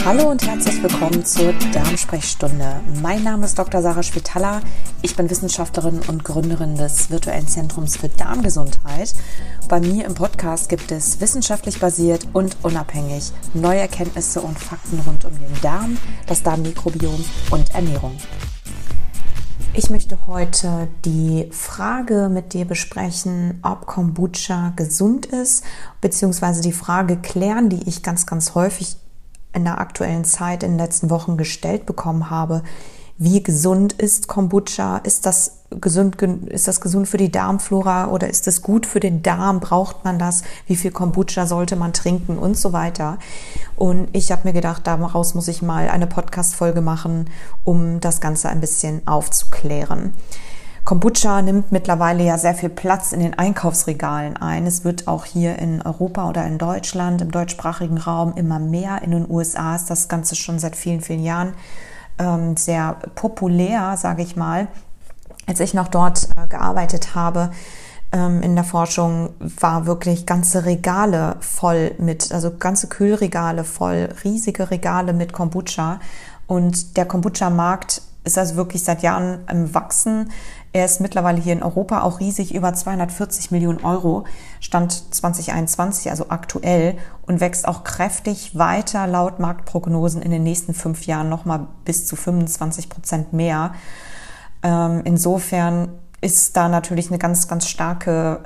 Hallo und herzlich willkommen zur Darmsprechstunde. Mein Name ist Dr. Sarah Schwetala. Ich bin Wissenschaftlerin und Gründerin des virtuellen Zentrums für Darmgesundheit. Bei mir im Podcast gibt es wissenschaftlich basiert und unabhängig neue Erkenntnisse und Fakten rund um den Darm, das Darmmikrobiom und Ernährung. Ich möchte heute die Frage mit dir besprechen, ob Kombucha gesund ist, beziehungsweise die Frage klären, die ich ganz häufig in der aktuellen Zeit in den letzten Wochen gestellt bekommen habe. Wie gesund ist Kombucha? Ist das gesund für die Darmflora oder ist es gut für den Darm? Braucht man das? Wie viel Kombucha sollte man trinken und so weiter? Und ich habe mir gedacht, daraus muss ich mal eine Podcast-Folge machen, um das Ganze ein bisschen aufzuklären. Kombucha nimmt mittlerweile ja sehr viel Platz in den Einkaufsregalen ein. Es wird auch hier in Europa oder in Deutschland, im deutschsprachigen Raum immer mehr. In den USA ist das Ganze schon seit vielen Jahren sehr populär, sage ich mal. Als ich noch dort gearbeitet habe in der Forschung, war wirklich ganze Regale voll also ganze Kühlregale voll, riesige Regale mit Kombucha. Und der Kombucha-Markt ist also wirklich seit Jahren im Wachsen. Er ist mittlerweile hier in Europa auch riesig, über 240 Millionen Euro, Stand 2021, also aktuell, und wächst auch kräftig weiter laut Marktprognosen in den nächsten 5 Jahren nochmal bis zu 25% mehr. Insofern ist da natürlich eine ganz starkes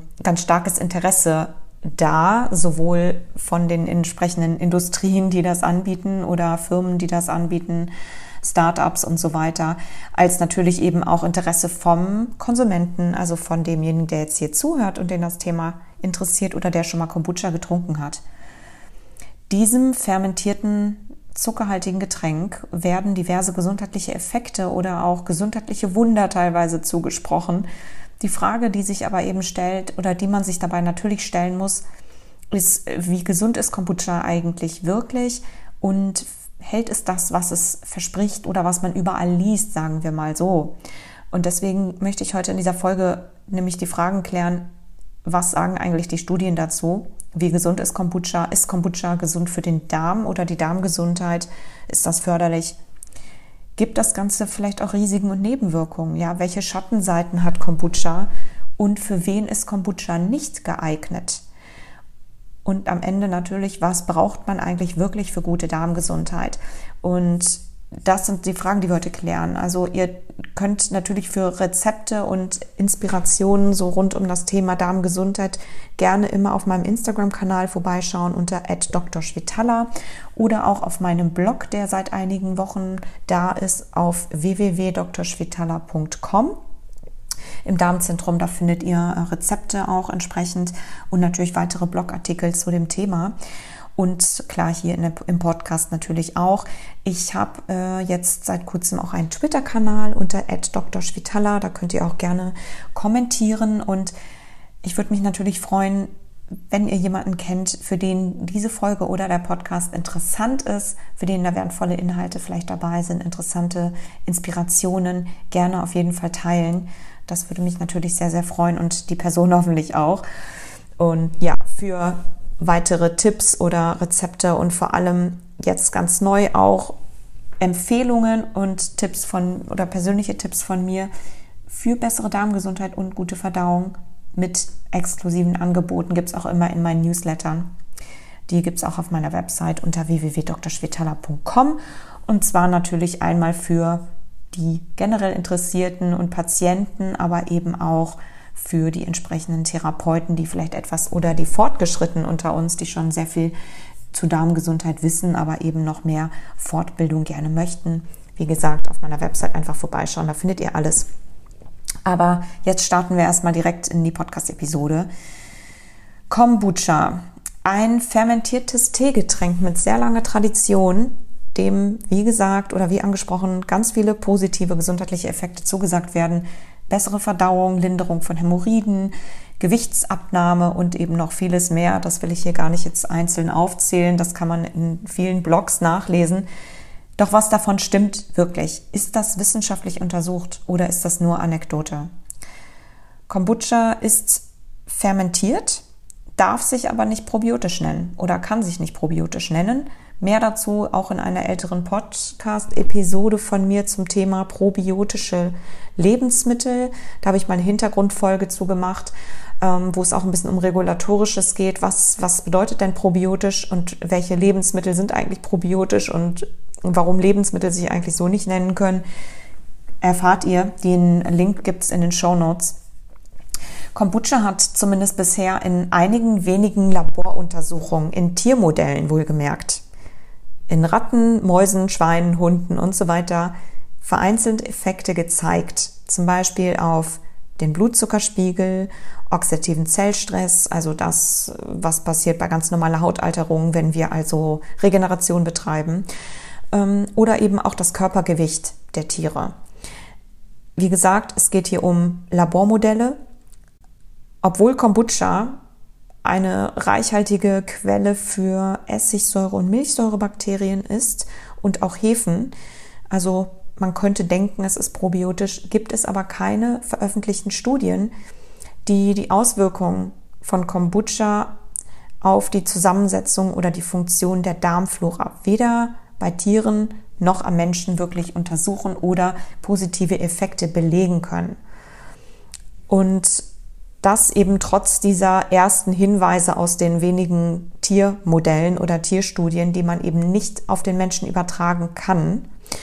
Interesse da, sowohl von den entsprechenden Industrien, die das anbieten oder Firmen, die das anbieten, Startups und so weiter, als natürlich eben auch Interesse vom Konsumenten, also von demjenigen, der jetzt hier zuhört und den das Thema interessiert oder der schon mal Kombucha getrunken hat. Diesem fermentierten, zuckerhaltigen Getränk werden diverse gesundheitliche Effekte oder auch gesundheitliche Wunder teilweise zugesprochen. Die Frage, die sich aber eben stellt oder die man sich dabei natürlich stellen muss, ist, wie gesund ist Kombucha eigentlich wirklich und hält es das, was es verspricht oder was man überall liest, sagen wir mal so. Und deswegen möchte ich heute in dieser Folge nämlich die Fragen klären, was sagen eigentlich die Studien dazu? Wie gesund ist Kombucha? Ist Kombucha gesund für den Darm oder die Darmgesundheit? Ist das förderlich? Gibt das Ganze vielleicht auch Risiken und Nebenwirkungen? Ja, welche Schattenseiten hat Kombucha und für wen ist Kombucha nicht geeignet? Und am Ende natürlich, was braucht man eigentlich wirklich für gute Darmgesundheit? Und das sind die Fragen, die wir heute klären. Also ihr könnt natürlich für Rezepte und Inspirationen so rund um das Thema Darmgesundheit gerne immer auf meinem Instagram-Kanal vorbeischauen unter @drschwetala oder auch auf meinem Blog, der seit einigen Wochen da ist, auf www.drschwetala.com. Im Darmzentrum, da findet ihr Rezepte auch entsprechend und natürlich weitere Blogartikel zu dem Thema. Und klar, hier im Podcast natürlich auch. Ich habe jetzt seit kurzem auch einen Twitter-Kanal unter @drschwetala. Da könnt ihr auch gerne kommentieren. Und ich würde mich natürlich freuen, wenn ihr jemanden kennt, für den diese Folge oder der Podcast interessant ist, für den da wertvolle Inhalte vielleicht dabei sind, interessante Inspirationen, gerne auf jeden Fall teilen. Das würde mich natürlich sehr freuen und die Person hoffentlich auch. Und ja, für weitere Tipps oder Rezepte und vor allem jetzt ganz neu auch Empfehlungen und Tipps oder persönliche Tipps von mir für bessere Darmgesundheit und gute Verdauung mit exklusiven Angeboten gibt es auch immer in meinen Newslettern. Die gibt es auch auf meiner Website unter www.drschwetala.com und zwar natürlich einmal für die generell Interessierten und Patienten, aber eben auch für die entsprechenden Therapeuten, die vielleicht etwas oder die Fortgeschrittenen unter uns, die schon sehr viel zu Darmgesundheit wissen, aber eben noch mehr Fortbildung gerne möchten. Wie gesagt, auf meiner Website einfach vorbeischauen, da findet ihr alles. Aber jetzt starten wir erstmal direkt in die Podcast-Episode. Kombucha, ein fermentiertes Teegetränk mit sehr langer Tradition, dem, wie gesagt oder wie angesprochen, ganz viele positive gesundheitliche Effekte zugesagt werden. Bessere Verdauung, Linderung von Hämorrhoiden, Gewichtsabnahme und eben noch vieles mehr. Das will ich hier gar nicht jetzt einzeln aufzählen. Das kann man in vielen Blogs nachlesen. Doch was davon stimmt wirklich? Ist das wissenschaftlich untersucht oder ist das nur Anekdote? Kombucha ist fermentiert, darf sich aber nicht probiotisch nennen oder kann sich nicht probiotisch nennen. Mehr dazu auch in einer älteren Podcast-Episode von mir zum Thema probiotische Lebensmittel. Da habe ich mal eine Hintergrundfolge zu gemacht, wo es auch ein bisschen um Regulatorisches geht. Was bedeutet denn probiotisch und welche Lebensmittel sind eigentlich probiotisch und warum Lebensmittel sich eigentlich so nicht nennen können, erfahrt ihr. Den Link gibt es in den Shownotes. Kombucha hat zumindest bisher in einigen wenigen Laboruntersuchungen, in Tiermodellen wohlgemerkt, in Ratten, Mäusen, Schweinen, Hunden und so weiter, vereinzelt Effekte gezeigt. Zum Beispiel auf den Blutzuckerspiegel, oxidativen Zellstress, also das, was passiert bei ganz normaler Hautalterung, wenn wir also Regeneration betreiben, oder eben auch das Körpergewicht der Tiere. Wie gesagt, es geht hier um Labormodelle. Obwohl Kombucha eine reichhaltige Quelle für Essigsäure- und Milchsäurebakterien ist und auch Hefen, also man könnte denken, es ist probiotisch, gibt es aber keine veröffentlichten Studien, die die Auswirkungen von Kombucha auf die Zusammensetzung oder die Funktion der Darmflora weder bei Tieren noch am Menschen wirklich untersuchen oder positive Effekte belegen können. Und das eben trotz dieser ersten Hinweise aus den wenigen Tiermodellen oder Tierstudien, die man eben nicht auf den Menschen übertragen kann.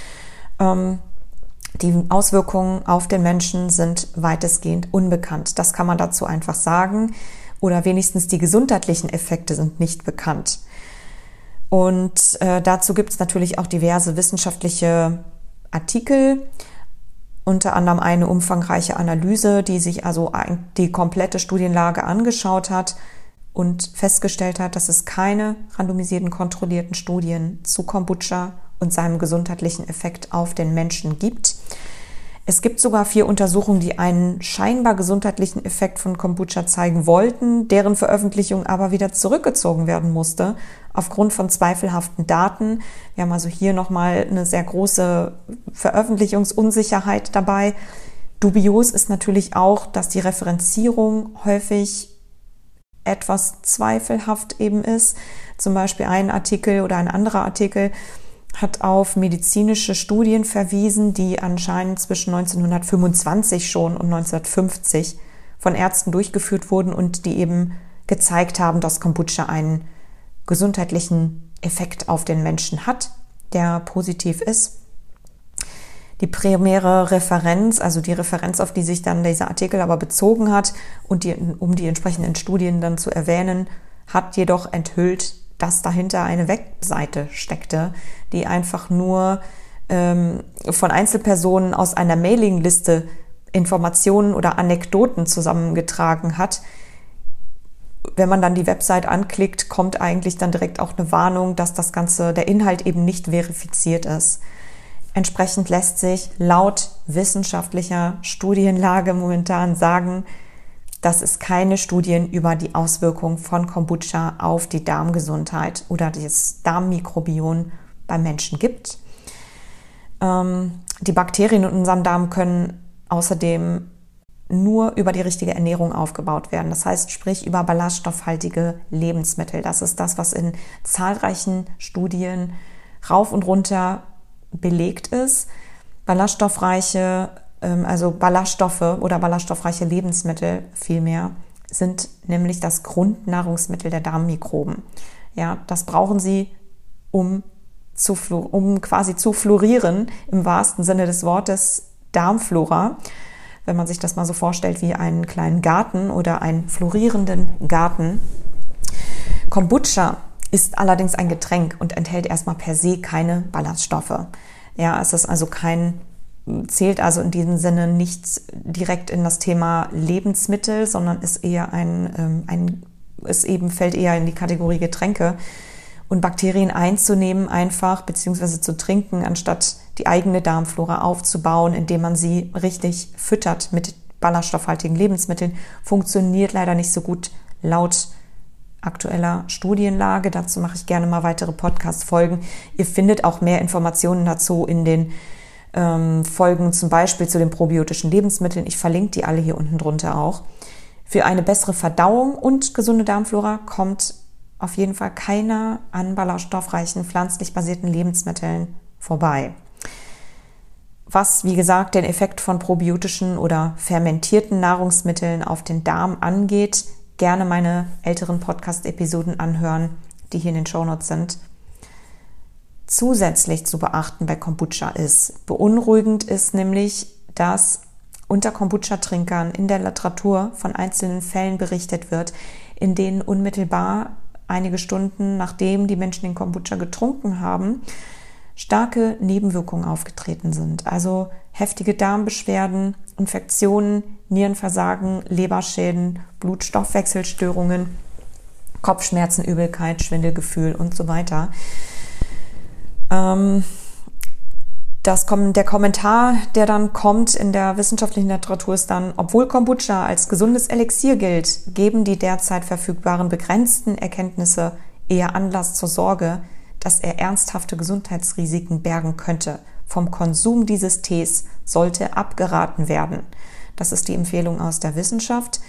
Die Auswirkungen auf den Menschen sind weitestgehend unbekannt. Das kann man dazu einfach sagen. Oder wenigstens die gesundheitlichen Effekte sind nicht bekannt. Und dazu gibt es natürlich auch diverse wissenschaftliche Artikel, unter anderem eine umfangreiche Analyse, die sich also die komplette Studienlage angeschaut hat und festgestellt hat, dass es keine randomisierten, kontrollierten Studien zu Kombucha und seinem gesundheitlichen Effekt auf den Menschen gibt. Es gibt sogar 4 Untersuchungen, die einen scheinbar gesundheitlichen Effekt von Kombucha zeigen wollten, deren Veröffentlichung aber wieder zurückgezogen werden musste, aufgrund von zweifelhaften Daten. Wir haben also hier nochmal eine sehr große Veröffentlichungsunsicherheit dabei. Dubios ist natürlich auch, dass die Referenzierung häufig etwas zweifelhaft eben ist. Zum Beispiel ein Artikel oder ein anderer Artikel hat auf medizinische Studien verwiesen, die anscheinend zwischen 1925 schon und 1950 von Ärzten durchgeführt wurden und die eben gezeigt haben, dass Kombucha einen gesundheitlichen Effekt auf den Menschen hat, der positiv ist. Die primäre Referenz, also die Referenz, auf die sich dann dieser Artikel aber bezogen hat und um die entsprechenden Studien dann zu erwähnen, hat jedoch enthüllt, dass dahinter eine Webseite steckte, die einfach nur von Einzelpersonen aus einer Mailingliste Informationen oder Anekdoten zusammengetragen hat. Wenn man dann die Website anklickt, kommt eigentlich dann direkt auch eine Warnung, dass das Ganze, der Inhalt eben nicht verifiziert ist. Entsprechend lässt sich laut wissenschaftlicher Studienlage momentan sagen, dass es keine Studien über die Auswirkung von Kombucha auf die Darmgesundheit oder das Darmmikrobiom beim Menschen gibt. Die Bakterien in unserem Darm können außerdem nur über die richtige Ernährung aufgebaut werden. Das heißt, sprich über ballaststoffhaltige Lebensmittel. Das ist das, was in zahlreichen Studien rauf und runter belegt ist. Ballaststoffe oder ballaststoffreiche Lebensmittel vielmehr sind nämlich das Grundnahrungsmittel der Darmmikroben. Ja, das brauchen sie, um quasi zu florieren, im wahrsten Sinne des Wortes Darmflora. Wenn man sich das mal so vorstellt wie einen kleinen Garten oder einen florierenden Garten. Kombucha ist allerdings ein Getränk und enthält erstmal per se keine Ballaststoffe. Ja, es ist also zählt also in diesem Sinne nicht direkt in das Thema Lebensmittel, sondern ist eher fällt eher in die Kategorie Getränke. Und Bakterien einzunehmen einfach, beziehungsweise zu trinken, anstatt die eigene Darmflora aufzubauen, indem man sie richtig füttert mit ballaststoffhaltigen Lebensmitteln, funktioniert leider nicht so gut laut aktueller Studienlage. Dazu mache ich gerne mal weitere Podcast-Folgen. Ihr findet auch mehr Informationen dazu in den Folgen zum Beispiel zu den probiotischen Lebensmitteln. Ich verlinke die alle hier unten drunter auch. Für eine bessere Verdauung und gesunde Darmflora kommt auf jeden Fall keiner an ballaststoffreichen, pflanzlich basierten Lebensmitteln vorbei. Was, wie gesagt, den Effekt von probiotischen oder fermentierten Nahrungsmitteln auf den Darm angeht, gerne meine älteren Podcast-Episoden anhören, die hier in den Shownotes sind. Zusätzlich zu beachten bei Kombucha ist, beunruhigend ist nämlich, dass unter Kombucha-Trinkern in der Literatur von einzelnen Fällen berichtet wird, in denen unmittelbar einige Stunden nachdem die Menschen den Kombucha getrunken haben, starke Nebenwirkungen aufgetreten sind. Also heftige Darmbeschwerden, Infektionen, Nierenversagen, Leberschäden, Blutstoffwechselstörungen, Kopfschmerzen, Übelkeit, Schwindelgefühl und so weiter. Der Kommentar, der dann kommt in der wissenschaftlichen Literatur, ist dann: Obwohl Kombucha als gesundes Elixier gilt, geben die derzeit verfügbaren begrenzten Erkenntnisse eher Anlass zur Sorge, dass er ernsthafte Gesundheitsrisiken bergen könnte. Vom Konsum dieses Tees sollte abgeraten werden. Das ist die Empfehlung aus der Wissenschaft.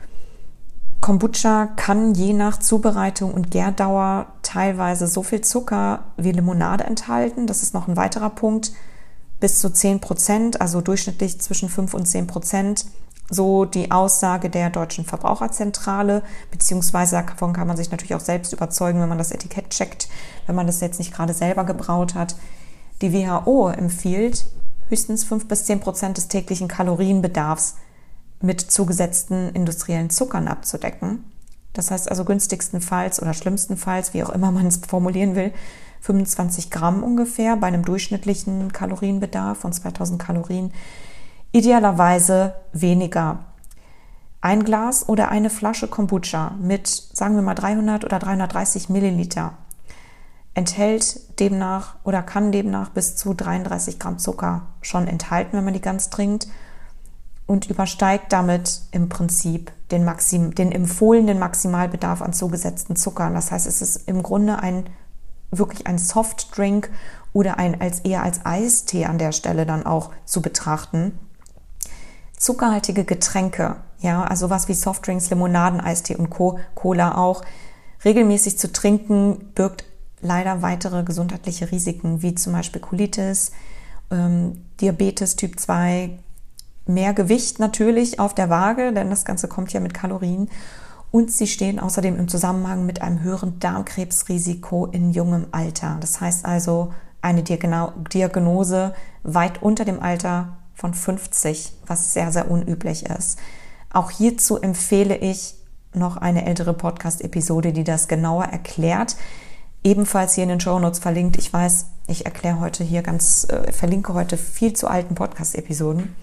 Kombucha kann je nach Zubereitung und Gärdauer teilweise so viel Zucker wie Limonade enthalten. Das ist noch ein weiterer Punkt. Bis zu 10%, also durchschnittlich zwischen 5 und 10%. So die Aussage der Deutschen Verbraucherzentrale, beziehungsweise davon kann man sich natürlich auch selbst überzeugen, wenn man das Etikett checkt, wenn man das jetzt nicht gerade selber gebraut hat. Die WHO empfiehlt, höchstens 5 bis 10% des täglichen Kalorienbedarfs mit zugesetzten industriellen Zuckern abzudecken. Das heißt also günstigstenfalls oder schlimmstenfalls, wie auch immer man es formulieren will, 25 Gramm ungefähr bei einem durchschnittlichen Kalorienbedarf von 2000 Kalorien. Idealerweise weniger. Ein Glas oder eine Flasche Kombucha mit, sagen wir mal, 300 oder 330 Milliliter enthält demnach oder kann demnach bis zu 33 Gramm Zucker schon enthalten, wenn man die ganz trinkt, und übersteigt damit im Prinzip den empfohlenen Maximalbedarf an zugesetzten Zuckern. Das heißt, es ist im Grunde wirklich ein Softdrink oder eher als Eistee an der Stelle dann auch zu betrachten. Zuckerhaltige Getränke, ja, also was wie Softdrinks, Limonaden, Eistee und Cola auch, regelmäßig zu trinken, birgt leider weitere gesundheitliche Risiken, wie zum Beispiel Colitis, Diabetes Typ 2, mehr Gewicht natürlich auf der Waage, denn das Ganze kommt ja mit Kalorien, und sie stehen außerdem im Zusammenhang mit einem höheren Darmkrebsrisiko in jungem Alter. Das heißt also eine Diagnose weit unter dem Alter von 50, was sehr, sehr unüblich ist. Auch hierzu empfehle ich noch eine ältere Podcast-Episode, die das genauer erklärt. Ebenfalls hier in den Shownotes verlinkt. Ich weiß, ich verlinke heute viel zu alten Podcast-Episoden.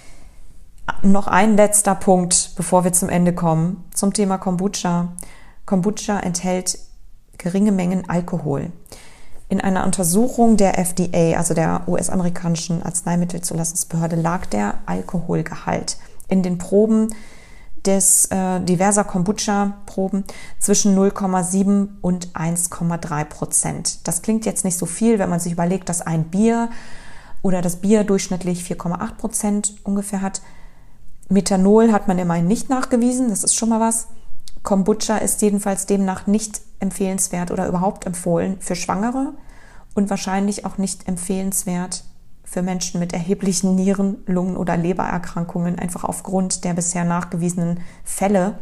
Noch ein letzter Punkt, bevor wir zum Ende kommen, zum Thema Kombucha. Kombucha enthält geringe Mengen Alkohol. In einer Untersuchung der FDA, also der US-amerikanischen Arzneimittelzulassungsbehörde, lag der Alkoholgehalt in den Proben diverser Kombucha-Proben zwischen 0,7 und 1,3%. Das klingt jetzt nicht so viel, wenn man sich überlegt, dass ein Bier oder das Bier durchschnittlich 4,8% ungefähr hat. Methanol hat man immerhin nicht nachgewiesen, das ist schon mal was. Kombucha ist jedenfalls demnach nicht empfehlenswert oder überhaupt empfohlen für Schwangere und wahrscheinlich auch nicht empfehlenswert für Menschen mit erheblichen Nieren-, Lungen- oder Lebererkrankungen, einfach aufgrund der bisher nachgewiesenen Fälle,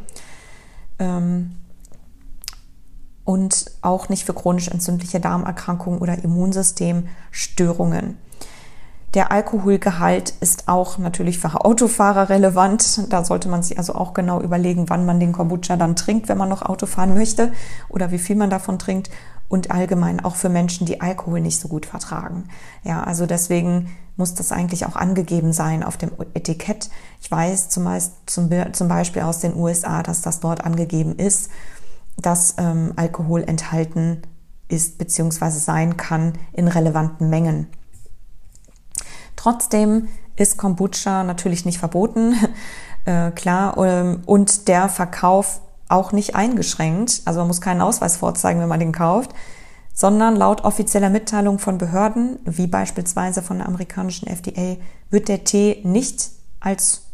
und auch nicht für chronisch entzündliche Darmerkrankungen oder Immunsystemstörungen. Der Alkoholgehalt ist auch natürlich für Autofahrer relevant. Da sollte man sich also auch genau überlegen, wann man den Kombucha dann trinkt, wenn man noch Auto fahren möchte, oder wie viel man davon trinkt. Und allgemein auch für Menschen, die Alkohol nicht so gut vertragen. Ja, also deswegen muss das eigentlich auch angegeben sein auf dem Etikett. Ich weiß zum Beispiel aus den USA, dass das dort angegeben ist, dass Alkohol enthalten ist bzw. sein kann in relevanten Mengen. Trotzdem ist Kombucha natürlich nicht verboten, klar, und der Verkauf auch nicht eingeschränkt. Also man muss keinen Ausweis vorzeigen, wenn man den kauft, sondern laut offizieller Mitteilung von Behörden, wie beispielsweise von der amerikanischen FDA, wird der Tee nicht als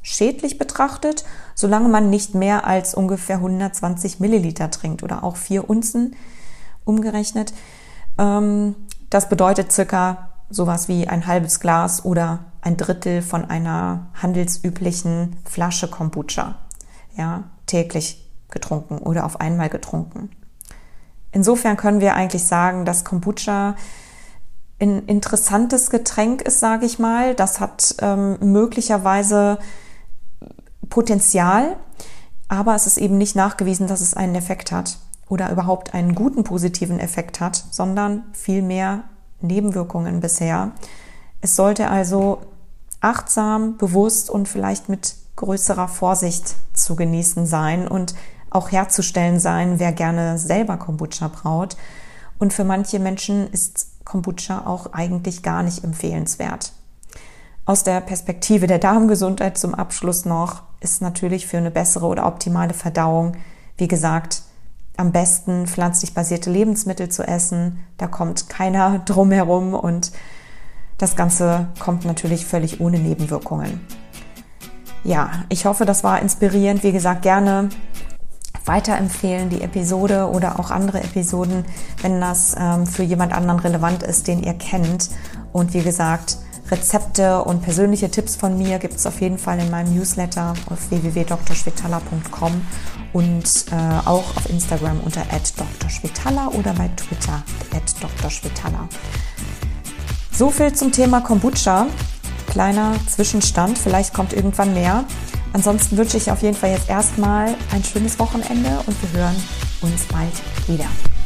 schädlich betrachtet, solange man nicht mehr als ungefähr 120 Milliliter trinkt oder auch 4 Unzen umgerechnet. Das bedeutet circa sowas wie ein halbes Glas oder ein Drittel von einer handelsüblichen Flasche Kombucha, ja, täglich getrunken oder auf einmal getrunken. Insofern können wir eigentlich sagen, dass Kombucha ein interessantes Getränk ist, sage ich mal. Das hat möglicherweise Potenzial, aber es ist eben nicht nachgewiesen, dass es einen Effekt hat oder überhaupt einen guten positiven Effekt hat, sondern vielmehr Nebenwirkungen bisher. Es sollte also achtsam, bewusst und vielleicht mit größerer Vorsicht zu genießen sein und auch herzustellen sein, wer gerne selber Kombucha braut. Und für manche Menschen ist Kombucha auch eigentlich gar nicht empfehlenswert. Aus der Perspektive der Darmgesundheit zum Abschluss noch ist natürlich für eine bessere oder optimale Verdauung, wie gesagt, am besten pflanzlich basierte Lebensmittel zu essen. Da kommt keiner drum herum und das Ganze kommt natürlich völlig ohne Nebenwirkungen. Ja, ich hoffe, das war inspirierend. Wie gesagt, gerne weiterempfehlen die Episode oder auch andere Episoden, wenn das für jemand anderen relevant ist, den ihr kennt. Und wie gesagt, Rezepte und persönliche Tipps von mir gibt es auf jeden Fall in meinem Newsletter auf www.drschwetala.com und auch auf Instagram unter @drschwetala oder bei Twitter @drschwetala. So viel zum Thema Kombucha. Kleiner Zwischenstand, vielleicht kommt irgendwann mehr. Ansonsten wünsche ich auf jeden Fall jetzt erstmal ein schönes Wochenende und wir hören uns bald wieder.